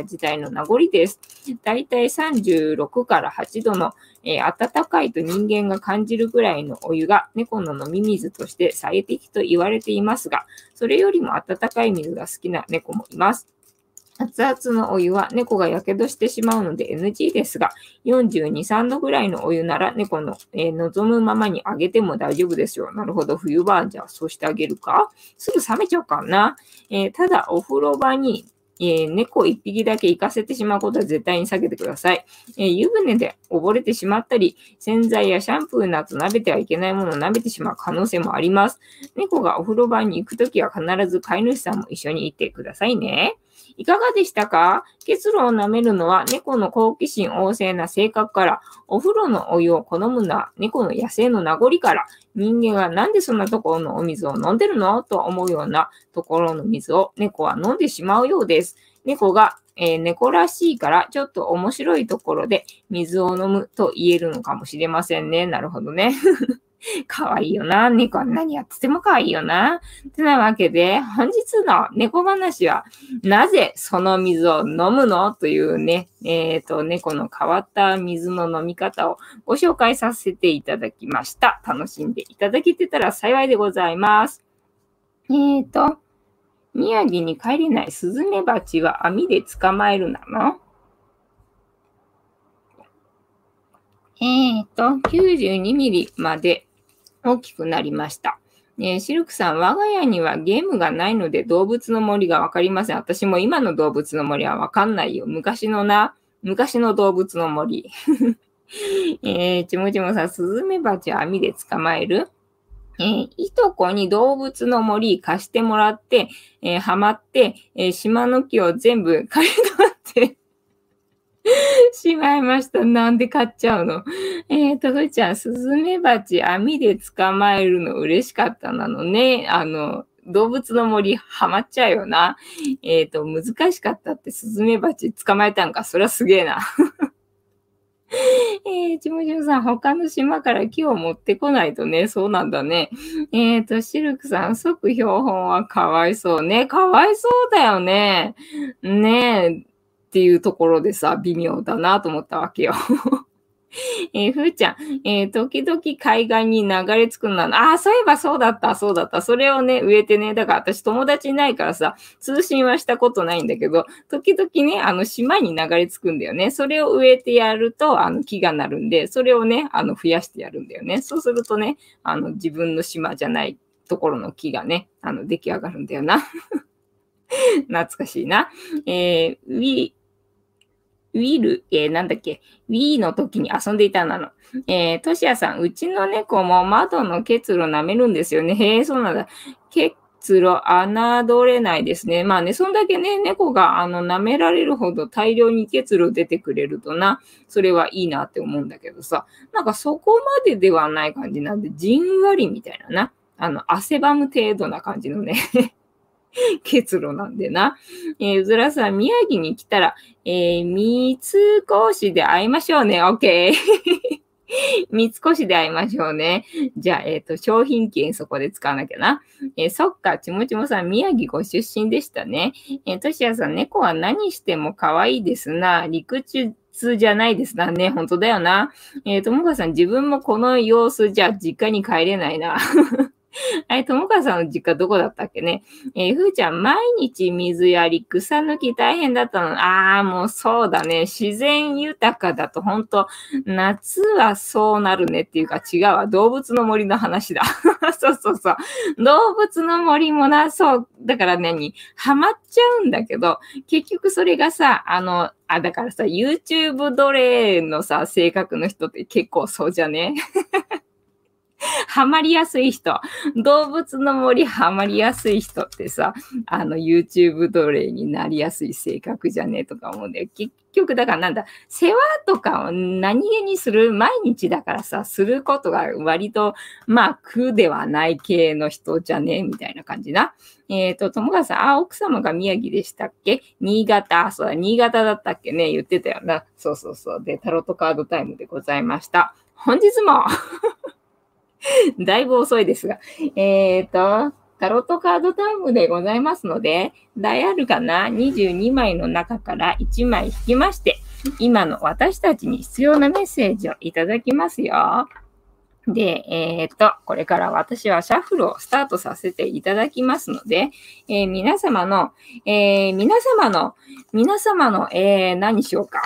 Speaker 1: 時代の名残です。だいたい36から8度の、暖かいと人間が感じるぐらいのお湯が猫の飲み水として最適と言われていますが、それよりも温かい水が好きな猫もいます。熱々のお湯は猫がやけどしてしまうので NG ですが、42、3度ぐらいのお湯なら猫の、望むままにあげても大丈夫ですよ。なるほど。冬場じゃあそうしてあげるか。すぐ冷めちゃうかな。ただお風呂場に、猫1匹だけ行かせてしまうことは絶対に避けてください。湯船で溺れてしまったり、洗剤やシャンプーなど舐めてはいけないものを舐めてしまう可能性もあります。猫がお風呂場に行くときは必ず飼い主さんも一緒に行ってくださいね。いかがでしたか？結露を舐めるのは猫の好奇心旺盛な性格から、お風呂のお湯を好むのは猫の野生の名残から、人間がなんでそんなところのお水を飲んでるのと思うようなところの水を猫は飲んでしまうようです。猫が、猫らしいからちょっと面白いところで水を飲むと言えるのかもしれませんね。なるほどね。かわいいよな。猫は何やっててもかわいいよな。てなわけで、本日の猫話は、なぜその水を飲むのというね、猫の変わった水の飲み方をご紹介させていただきました。楽しんでいただけてたら幸いでございます。宮城に帰れないスズメバチは網で捕まえるなの92ミリまで大きくなりました。シルクさん、我が家にはゲームがないので動物の森がわかりません。私も今の動物の森はわかんないよ。昔の動物の森。ちもちもさん、スズメバチは網で捕まえる？いとこに動物の森貸してもらって、ハマって、島の木を全部刈り取ってしまいました。なんで買っちゃうの？ふーちゃん、スズメバチ網で捕まえるの嬉しかったなのね。動物の森ハマっちゃうよな。難しかったってスズメバチ捕まえたんか。そりゃすげえな。ちもちもさん、他の島から木を持ってこないとね、そうなんだね。シルクさん、即標本はかわいそうね。かわいそうだよね。ねえ。っていうところでさ、微妙だなと思ったわけよ。ふーちゃん、時々海岸に流れ着くんだな。そういえばそうだった。それをね、植えてね、だから私友達いないからさ、通信はしたことないんだけど、時々ね、島に流れ着くんだよね。それを植えてやると、木がなるんで、それをね、増やしてやるんだよね。そうするとね、自分の島じゃないところの木がね、出来上がるんだよな。懐かしいな。なんだっけ、Wii の時に遊んでいたなの。トシヤさん、うちの猫も窓の結露舐めるんですよね。へえ、そうなんだ。結露、侮れないですね。まあね、そんだけね、猫が舐められるほど大量に結露出てくれるとな、それはいいなって思うんだけどさ、なんかそこまでではない感じなんで、じんわりみたいなな。汗ばむ程度な感じのね。結露なんでな。うずらさん、宮城に来たら、三越で会いましょうね。オッケー。三越で会いましょうね。じゃあ、商品券そこで使わなきゃな。そっか、ちもちもさん、宮城ご出身でしたね。としやさん、猫は何しても可愛いですな。陸中じゃないですな。ね、本当だよな。ともかさん、自分もこの様子じゃ実家に帰れないな。ともかさんの実家どこだったっけね。ふーちゃん、毎日水やり、草抜き大変だったの。もうそうだね。自然豊かだと本当夏はそうなるねっていうか違うわ。動物の森の話だ。そう。動物の森もな、そう。だからハマっちゃうんだけど、結局それがさ、だからさ、YouTube 奴隷のさ、性格の人って結構そうじゃね。ハマりやすい人。動物の森ハマりやすい人ってさ、YouTube 奴隷になりやすい性格じゃねえとか思うんだよ。結局、だから世話とかを何気にする、毎日だからさ、することが割と、苦ではない系の人じゃねえみたいな感じな。友川さん、奥様が宮城でしたっけ？新潟、そうだ、新潟だったっけね、言ってたよな。そう。で、タロットカードタイムでございました。本日もだいぶ遅いですが。 タロットカードタイムでございますので、大あるかな22枚の中から1枚引きまして、今の私たちに必要なメッセージをいただきますよ。で、これから私はシャッフルをスタートさせていただきますので、皆様の、何しようか。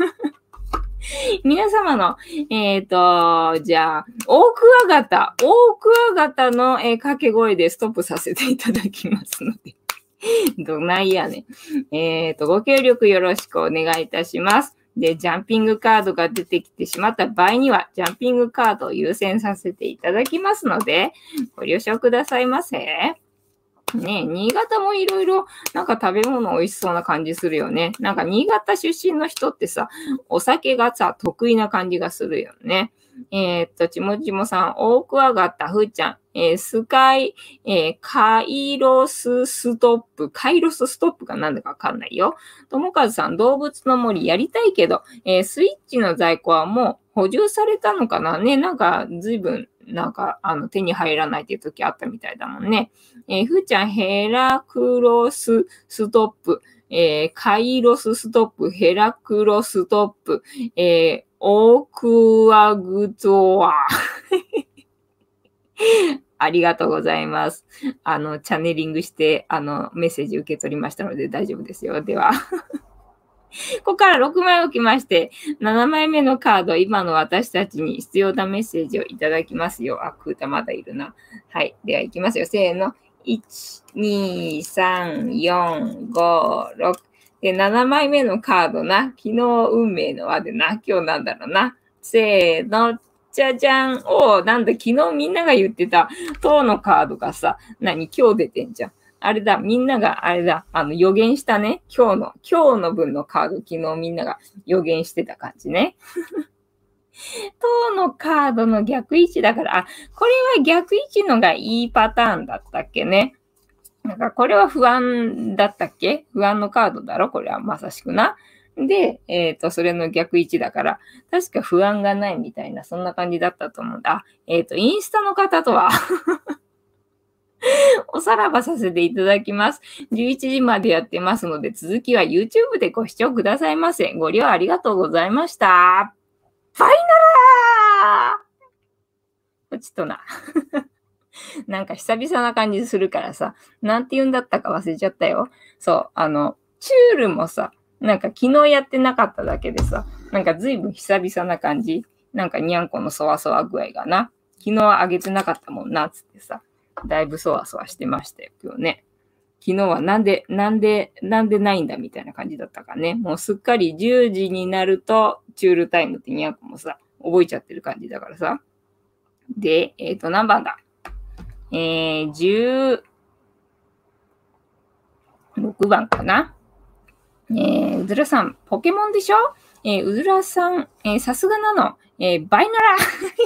Speaker 1: 皆様の、じゃあ、オオクワガタの、掛け声でストップさせていただきますので。どないやねん。ご協力よろしくお願いいたします。で、ジャンピングカードが出てきてしまった場合には、ジャンピングカードを優先させていただきますので、ご了承くださいませ。ねえ、新潟もいろいろなんか食べ物美味しそうな感じするよね。なんか新潟出身の人ってさ、お酒がさ、得意な感じがするよね。ちもちもさん、オオクワガタ、ふーちゃん、スカイ、カイロスストップがなんだかわかんないよ。ともかずさん、動物の森やりたいけど、スイッチの在庫はもう補充されたのかなね。なんか、ずいぶん、なんか、手に入らないっていう時あったみたいだもんね。ふーちゃん、ヘラクロスストップ、カイロスストップ、ヘラクロストップ、オークワグトア。ありがとうございます。チャネリングして、メッセージ受け取りましたので大丈夫ですよ。では。ここから6枚置きまして、7枚目のカード、今の私たちに必要なメッセージをいただきますよ。あ、クータまだいるな。はい。では行きますよ。せーの。1、2、3、4、5、6。で、7枚目のカードな。昨日運命の輪でな。今日なんだろうな。せーの。じゃじゃん。なんだ、昨日みんなが言ってた、塔のカードがさ、今日出てんじゃん。あれだ、みんなが、予言したね。今日の分のカード、昨日みんなが予言してた感じね。塔のカードの逆位置だから、これは逆位置のがいいパターンだったっけね。なんか、これは不安だったっけ？不安のカードだろ？これはまさしくな。で、それの逆位置だから、確か不安がないみたいな、そんな感じだったと思うんだ。インスタの方とは、おさらばさせていただきます。11時までやってますので、続きは YouTube でご視聴くださいませ。ご利用ありがとうございました。ファイナラーちょっとな。なんか久々な感じするからさ、なんて言うんだったか忘れちゃったよ。そう、チュールもさ、なんか昨日やってなかっただけでさ、なんか随分久々な感じ。なんかにゃんこのそわそわ具合がな。昨日はあげてなかったもんな、つってさ。だいぶそわそわしてましたよ、今日ね。昨日はなんでないんだみたいな感じだったかね。もうすっかり10時になると、チュールタイムってにゃんこもさ、覚えちゃってる感じだからさ。で、何番だ16番かな。うずらさん、ポケモンでしょうずらさん、さすがなの。バイナラ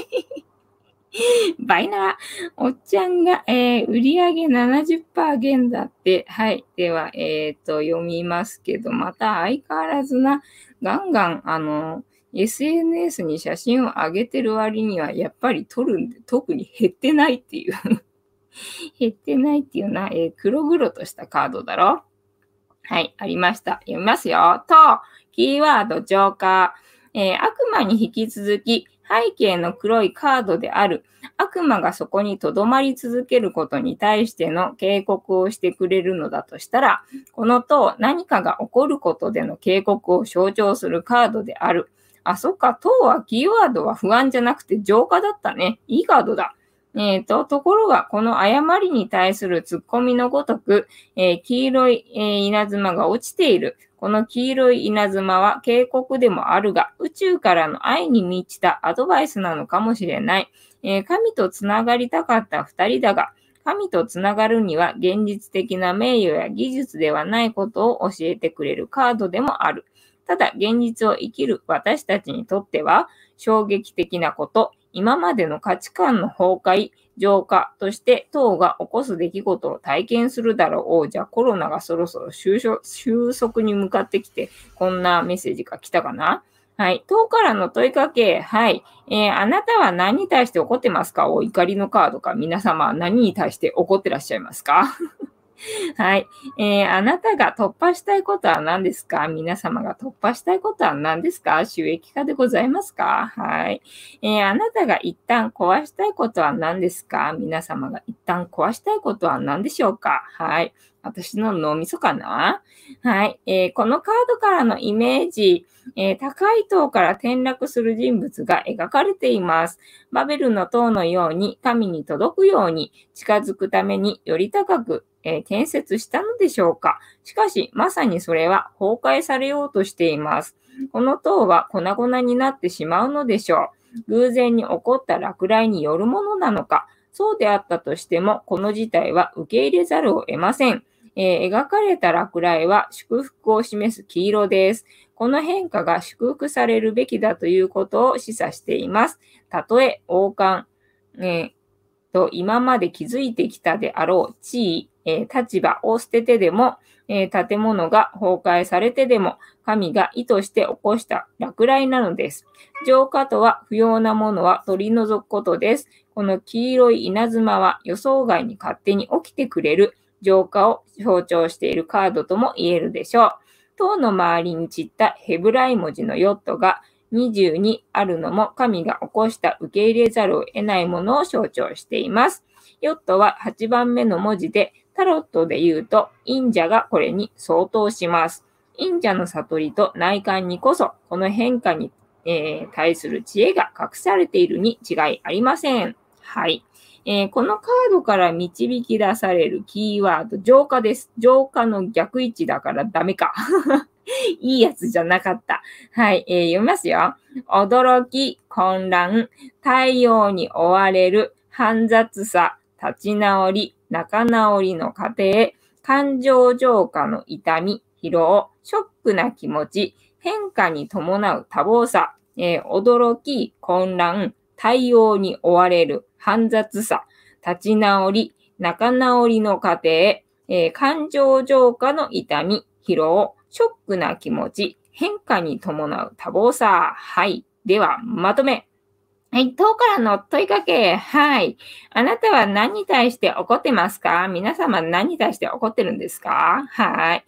Speaker 1: バイナラおっちゃんが、売り上げ 70% 減だって。はい。では、読みますけど、また相変わらずな、ガンガン、SNS に写真を上げてる割には、やっぱり撮るんで、特に減ってないっていう。減ってないっていうな、黒々としたカードだろ。はい、ありました。読みますよ。と、キーワード、ジョーカー。悪魔に引き続き、背景の黒いカードである。悪魔がそこに留まり続けることに対しての警告をしてくれるのだとしたら、このと何かが起こることでの警告を象徴するカードである。あ、そっか、とはキーワードは不安じゃなくて浄化だったね。いいカードだ。ところが、この誤りに対するツッコミのごとく、黄色い、稲妻が落ちている。この黄色い稲妻は警告でもあるが、宇宙からの愛に満ちたアドバイスなのかもしれない。神とつながりたかった二人だが、神とつながるには現実的な名誉や技術ではないことを教えてくれるカードでもある。ただ、現実を生きる私たちにとっては、衝撃的なこと、今までの価値観の崩壊、浄化として党が起こす出来事を体験するだろう。じゃあコロナがそろそろ収束に向かってきて、こんなメッセージが来たかな。 はい。党からの問いかけ。はい。あなたは何に対して怒ってますか？お怒りのカードか。皆様は何に対して怒ってらっしゃいますか？はい。あなたが突破したいことは何ですか？皆様が突破したいことは何ですか？収益化でございますか？はい。あなたが一旦壊したいことは何ですか？皆様が一旦壊したいことは何でしょうか？はい。私の脳みそかな？はい。このカードからのイメージ、高い塔から転落する人物が描かれています。バベルの塔のように神に届くように近づくためにより高く、建設したのでしょうか。しかし、まさにそれは崩壊されようとしています。この塔は粉々になってしまうのでしょう。偶然に起こった落雷によるものなのか。そうであったとしても、この事態は受け入れざるを得ません。描かれた落雷は祝福を示す黄色です。この変化が祝福されるべきだということを示唆しています。たとえ王冠、今まで築いてきたであろう地位、立場を捨ててでも、建物が崩壊されてでも、神が意図して起こした落雷なのです。浄化とは不要なものは取り除くことです。この黄色い稲妻は予想外に勝手に起きてくれる浄化を象徴しているカードとも言えるでしょう。塔の周りに散ったヘブライ文字のヨットが22あるのも神が起こした受け入れざるを得ないものを象徴しています。ヨットは8番目の文字で、タロットで言うと、忍者がこれに相当します。忍者の悟りと内観にこそ、この変化に、対する知恵が隠されているに違いありません。はい。このカードから導き出されるキーワード、浄化です。浄化の逆位置だからダメか。いいやつじゃなかった。はい、読みますよ。驚き、混乱、太陽に追われる、煩雑さ、立ち直り、仲直りの過程、感情浄化の痛み、疲労、ショックな気持ち、変化に伴う多忙さ、驚き、混乱、対応に追われる、煩雑さ、立ち直り、仲直りの過程、感情浄化の痛み、疲労、ショックな気持ち、変化に伴う多忙さ。はい。では、まとめ。はい。塔からの問いかけ。はい。あなたは何に対して怒ってますか？皆様何に対して怒ってるんですか？はい。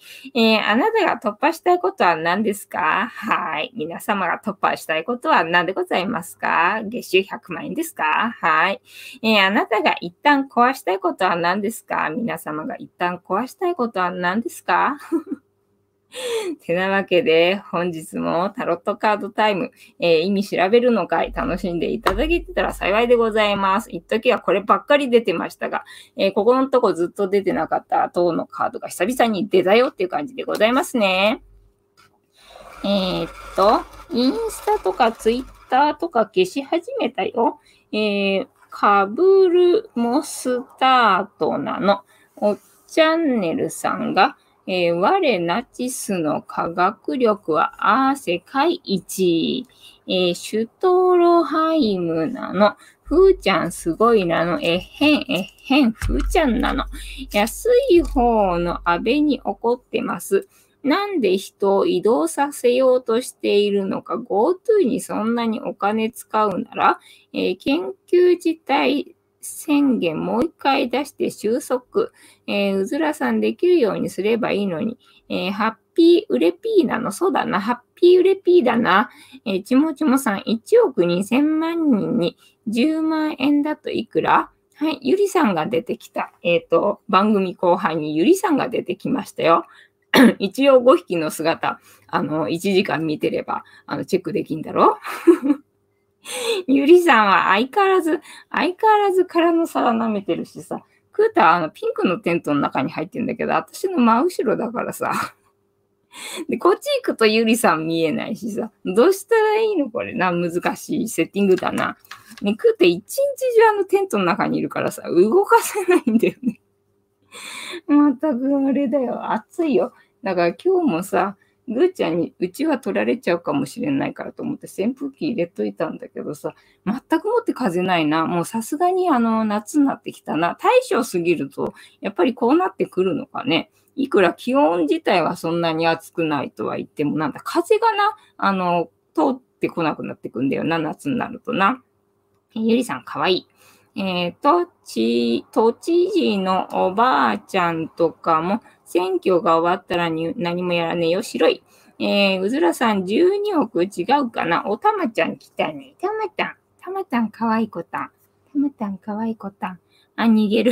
Speaker 1: あなたが突破したいことは何ですか？はい。皆様が突破したいことは何でございますか？月収100万円ですか？はい。あなたが一旦壊したいことは何ですか？皆様が一旦壊したいことは何ですか？てなわけで、本日もタロットカードタイム、意味調べるの会楽しんでいただけてたら幸いでございます。一時はこればっかり出てましたが、ここのとこずっと出てなかった塔のカードが久々に出たよっていう感じでございますね。インスタとかツイッターとか消し始めたよ。カブルモスタートなの。おチャンネルさんが、我ナチスの科学力は世界一。シュトロハイムなの。ふーちゃんすごいなの。ふーちゃんなの。安い方の安倍に怒ってます。なんで人を移動させようとしているのか、GoTo にそんなにお金使うなら、研究自体宣言もう一回出して収束、うずらさんできるようにすればいいのに、ハッピーウレピーなの、そうだな、ハッピーウレピーだな、ちもちもさん1億2000万人に10万円だといくら？はい、ゆりさんが出てきた。番組後半にゆりさんが出てきましたよ。一応5匹の姿、1時間見てれば、チェックできんだろ？ゆりさんは相変わらず殻の皿舐めてるしさ、クーターピンクのテントの中に入ってんだけど、私の真後ろだからさ。で、こっち行くとゆりさん見えないしさ、どうしたらいいのこれな、難しいセッティングだな。ね、クーター一日中テントの中にいるからさ、動かせないんだよね。またくあれだよ、暑いよ。だから今日もさ、ぐーちゃんにうちは取られちゃうかもしれないからと思って扇風機入れといたんだけどさ、全くもって風ないな。もうさすがに夏になってきたな。大正過ぎると、やっぱりこうなってくるのかね。いくら気温自体はそんなに暑くないとは言っても、なんだ、風がな、 ってこなくなってくんだよな、夏になるとな。ゆりさん、かわいい。都知事のおばあちゃんとかも、選挙が終わったら何もやらねえよ、白い。うずらさん、12億違うかな。おたまちゃん来たね。たまたん、かわいい子たん。たまたん、かわいい子たん。あ、逃げる。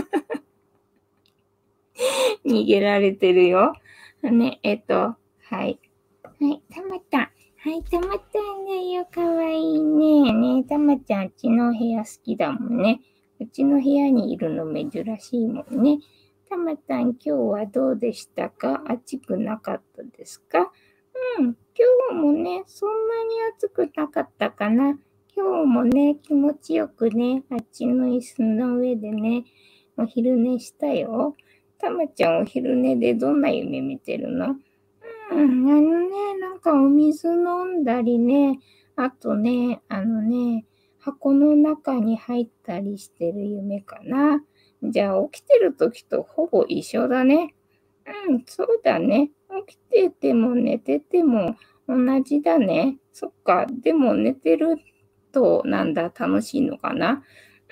Speaker 1: 逃げられてるよ。ね、はい。はい、たまたん。はい、たまたんだよ。かわいいね。ね、たまちゃん、うちの部屋好きだもんね。うちの部屋にいるの珍しいもんね。たまたん、今日はどうでしたか？暑くなかったですか？うん、今日もね、そんなに暑くなかったかな。今日もね、気持ちよくね、あっちの椅子の上でね、お昼寝したよ。たまちゃん、お昼寝でどんな夢見てるの？なんかお水飲んだりね、あとね、箱の中に入ったりしてる夢かな。じゃあ、起きてる時とほぼ一緒だね。うん、そうだね。起きてても寝てても同じだね。そっか。でも寝てると、楽しいのかな。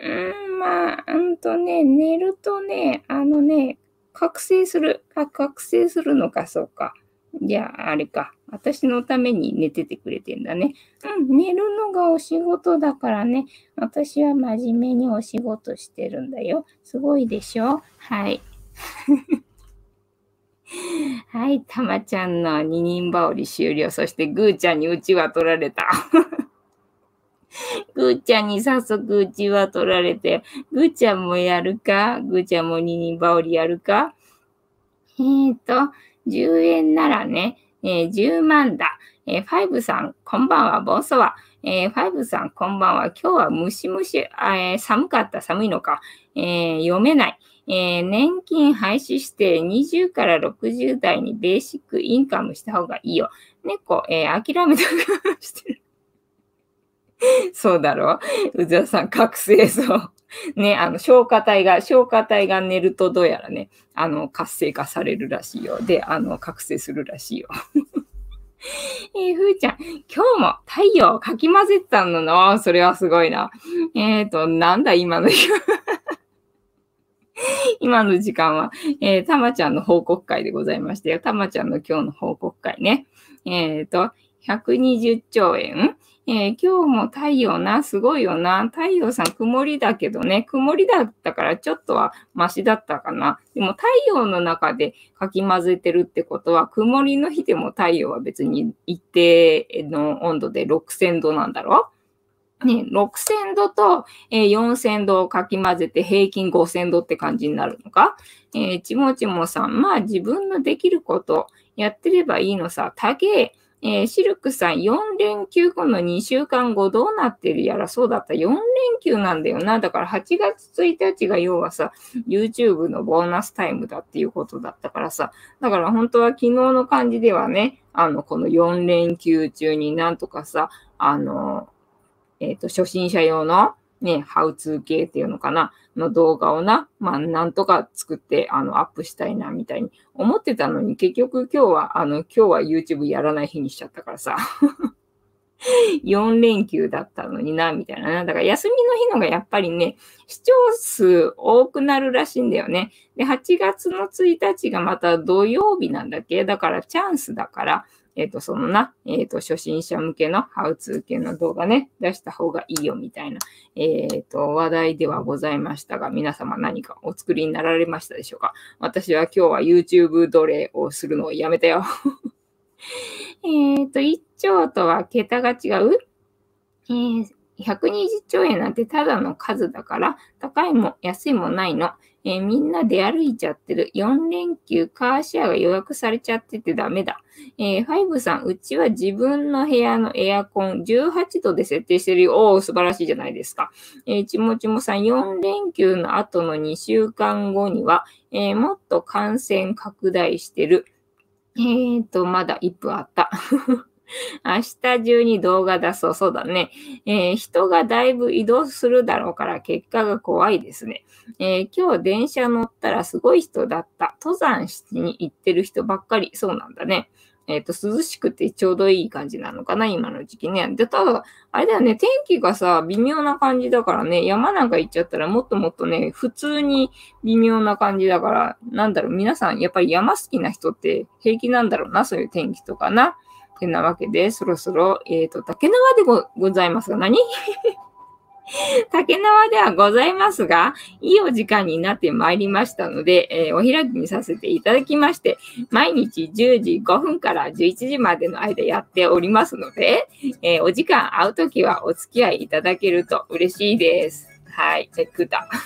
Speaker 1: 寝るとね、覚醒する。覚醒するのか、そうか。じゃあ、あれか。私のために寝ててくれてんだね。うん、寝るのがお仕事だからね。私は真面目にお仕事してるんだよ。すごいでしょ？はい。はい、たまちゃんの二人羽織終了。そして、ぐーちゃんにうちわ取られた。ぐーちゃんに早速うちわ取られて、ぐーちゃんもやるか？ぐーちゃんも二人羽織やるか？10円ならね、10万だ。ファイブさん、こんばんは、ボスは。ファイブさん、こんばんは。今日はムシムシ、寒かった、寒いのか。読めない。年金廃止して20から60代にベーシックインカムした方がいいよ。猫、諦めたかしてる。そうだろう。うずらさん、覚醒そう。ね、消化体が寝るとどうやらね、活性化されるらしいよ。で、覚醒するらしいよ。ふーちゃん、今日も太陽をかき混ぜてたのな。それはすごいな。なんだ今の今の時間は、たまちゃんの報告会でございましたよ。たまちゃんの今日の報告会ね。120兆円。今日も太陽な、すごいよな。太陽さん曇りだけどね、曇りだったからちょっとはマシだったかな。でも太陽の中でかき混ぜてるってことは、曇りの日でも太陽は別に一定の温度で6000度なんだろ？ね、6000度と、4000度をかき混ぜて平均5000度って感じになるのか？ちもちもさん、まあ自分のできることやってればいいのさ。たげシルクさん、4連休後の2週間後どうなってるやらそうだった。4連休なんだよな。だから8月1日が要はさ、YouTube のボーナスタイムだっていうことだったからさ。だから本当は昨日の感じではね、この4連休中になんとかさ、初心者用のね、ハウツー系っていうのかな、の動画をなんとか作って、アップしたいな、みたいに思ってたのに、結局今日は YouTube やらない日にしちゃったからさ、4連休だったのにな、みたいな。だから休みの日のがやっぱりね、視聴数多くなるらしいんだよね。で、8月の1日がまた土曜日なんだっけ？だからチャンスだから、初心者向けのハウツー系の動画ね、出した方がいいよみたいな、話題ではございましたが、皆様何かお作りになられましたでしょうか？私は今日は YouTube 奴隷をするのをやめたよ。1兆とは桁が違う？120兆円なんてただの数だから、高いも安いもないの。みんなで歩いちゃってる。4連休カーシェアが予約されちゃっててダメだ。ファイブさん、うちは自分の部屋のエアコン18度で設定してるよ。おー、素晴らしいじゃないですか。ちもちもさん、4連休の後の2週間後には、もっと感染拡大してる。まだ1分あった。明日中に動画出そう。そうだね。人がだいぶ移動するだろうから結果が怖いですね。今日電車乗ったらすごい人だった。登山しに行ってる人ばっかり。そうなんだね。 涼しくてちょうどいい感じなのかな、今の時期ね。で、ただ、あれだよね、天気がさ、微妙な感じだからね、山なんか行っちゃったらもっともっとね、普通に微妙な感じだから、なんだろう、皆さん、やっぱり山好きな人って平気なんだろうな、そういう天気とかな。てなわけで、そろそろ、竹縄でございますが、何竹縄ではございますが、いいお時間になってまいりましたので、お開きにさせていただきまして、毎日10時5分から11時までの間やっておりますので、お時間合うときはお付き合いいただけると嬉しいです。はい、グッだ。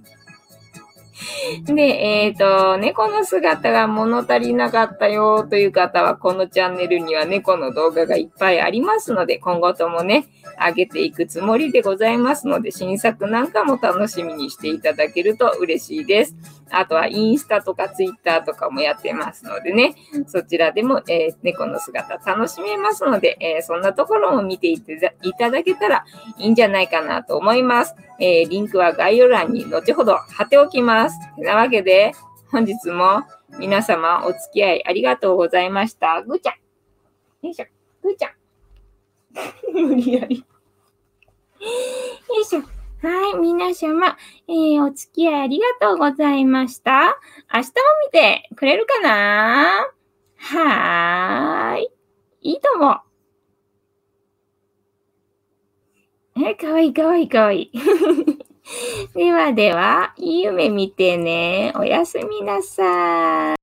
Speaker 1: で、猫の姿が物足りなかったよという方は、このチャンネルには猫の動画がいっぱいありますので、今後ともね、上げていくつもりでございますので、新作なんかも楽しみにしていただけると嬉しいです。あとはインスタとかツイッターとかもやってますのでね、そちらでも、猫の姿楽しめますので、そんなところも見ていただけたらいいんじゃないかなと思います。リンクは概要欄に後ほど貼っておきます。てなわけで、本日も皆様お付き合いありがとうございました。ぐーちゃん。よいしょ。ぐーちゃん。無理やり。よいしょ。はい、皆様、お付き合いありがとうございました。明日も見てくれるかな？はーい。いいとも。かわいいかわいいかわいい。ではでは、いい夢見てね。おやすみなさい。